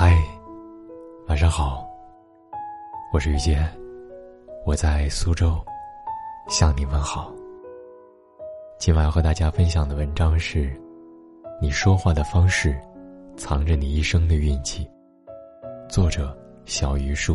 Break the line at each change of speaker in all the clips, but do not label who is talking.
嗨，晚上好，我是雨杰，我在苏州向你问好。今晚要和大家分享的文章是你说话的方式藏着你一生的运气，作者小榆树。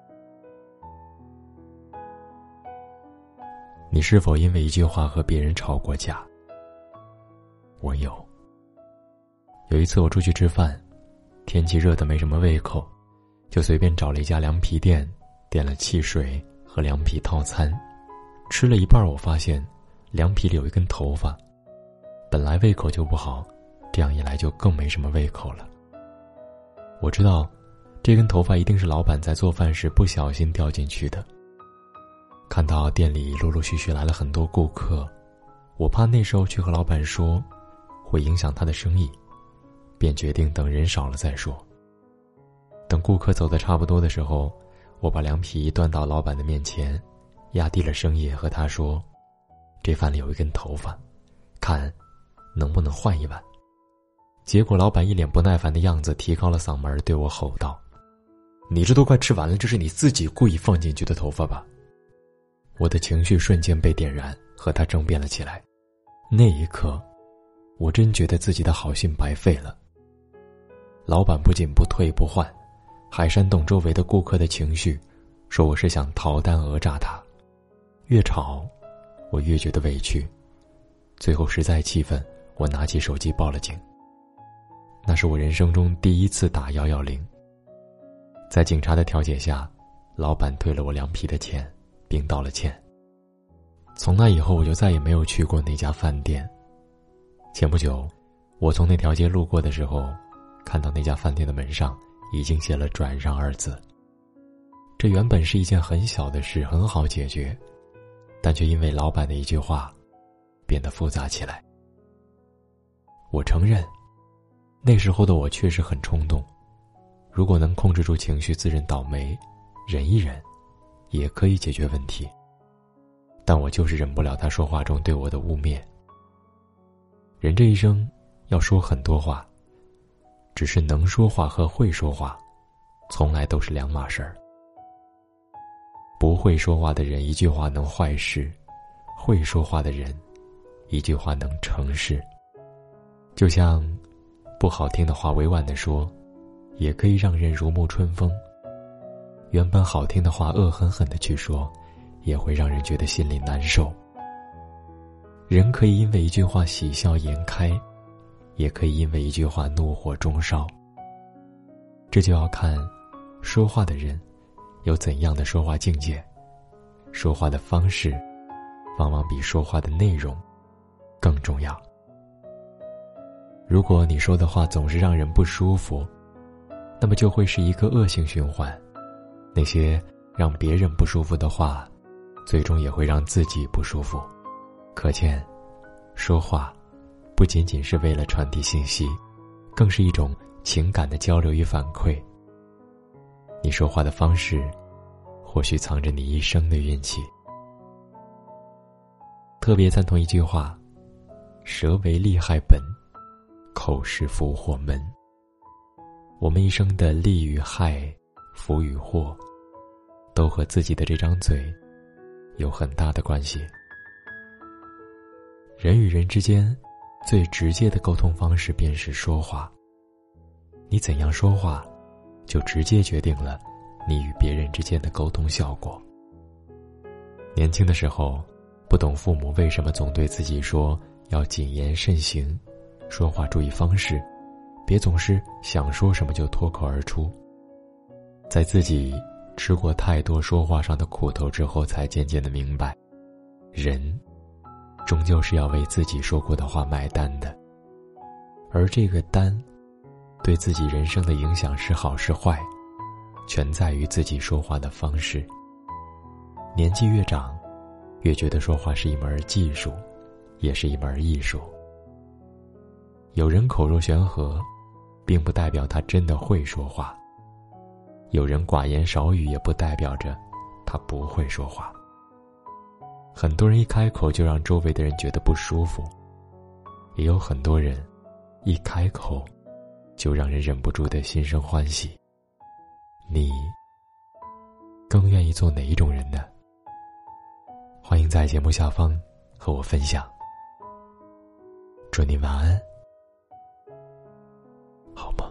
你是否因为一句话和别人吵过架？我有一次我出去吃饭，天气热得没什么胃口，就随便找了一家凉皮店，点了汽水和凉皮套餐。吃了一半，我发现凉皮里有一根头发，本来胃口就不好，这样一来就更没什么胃口了。我知道这根头发一定是老板在做饭时不小心掉进去的。看到店里陆陆续续来了很多顾客，我怕那时候去和老板说会影响他的生意，便决定等人少了再说。等顾客走得差不多的时候，我把凉皮端到老板的面前，压低了声音和他说，这饭里有一根头发，看能不能换一碗。结果老板一脸不耐烦的样子，提高了嗓门对我吼道，你这都快吃完了，这是你自己故意放进去的头发吧？我的情绪瞬间被点燃，和他争辩了起来。那一刻我真觉得自己的好心白费了。老板不仅不退不换，还煽动周围的顾客的情绪，说我是想逃单讹诈他。越吵我越觉得委屈，最后实在气愤，我拿起手机报了警。那是我人生中第一次打110。在警察的调解下，老板退了我凉皮的钱并道了歉。从那以后我就再也没有去过那家饭店。前不久我从那条街路过的时候，看到那家饭店的门上已经写了转让2字。这原本是一件很小的事，很好解决，但却因为老板的一句话变得复杂起来。我承认那时候的我确实很冲动，如果能控制住情绪，自认倒霉，忍一忍也可以解决问题。但我就是忍不了他说话中对我的污蔑。人这一生要说很多话，只是能说话和会说话从来都是两码事儿。不会说话的人一句话能坏事，会说话的人一句话能成事。就像不好听的话委婉地说，也可以让人如沐春风。原本好听的话恶狠狠地去说，也会让人觉得心里难受。人可以因为一句话喜笑颜开，也可以因为一句话怒火中烧。这就要看说话的人有怎样的说话境界，说话的方式往往比说话的内容更重要。如果你说的话总是让人不舒服，那么就会是一个恶性循环。那些让别人不舒服的话，最终也会让自己不舒服。可见说话不仅仅是为了传递信息，更是一种情感的交流与反馈。你说话的方式或许藏着你一生的运气。特别赞同一句话，舌为利害本，口是福祸门。我们一生的利与害，福与祸，都和自己的这张嘴有很大的关系。人与人之间最直接的沟通方式便是说话。你怎样说话，就直接决定了你与别人之间的沟通效果。年轻的时候不懂父母为什么总对自己说要谨言慎行，说话注意方式，别总是想说什么就脱口而出。在自己吃过太多说话上的苦头之后，才渐渐地明白，人终究是要为自己说过的话买单的。而这个单对自己人生的影响是好是坏，全在于自己说话的方式。年纪越长，越觉得说话是一门技术，也是一门艺术。有人口若悬河，并不代表他真的会说话。有人寡言少语，也不代表着他不会说话。很多人一开口就让周围的人觉得不舒服，也有很多人一开口就让人忍不住的心生欢喜。你更愿意做哪一种人呢？欢迎在节目下方和我分享。祝你晚安，好梦。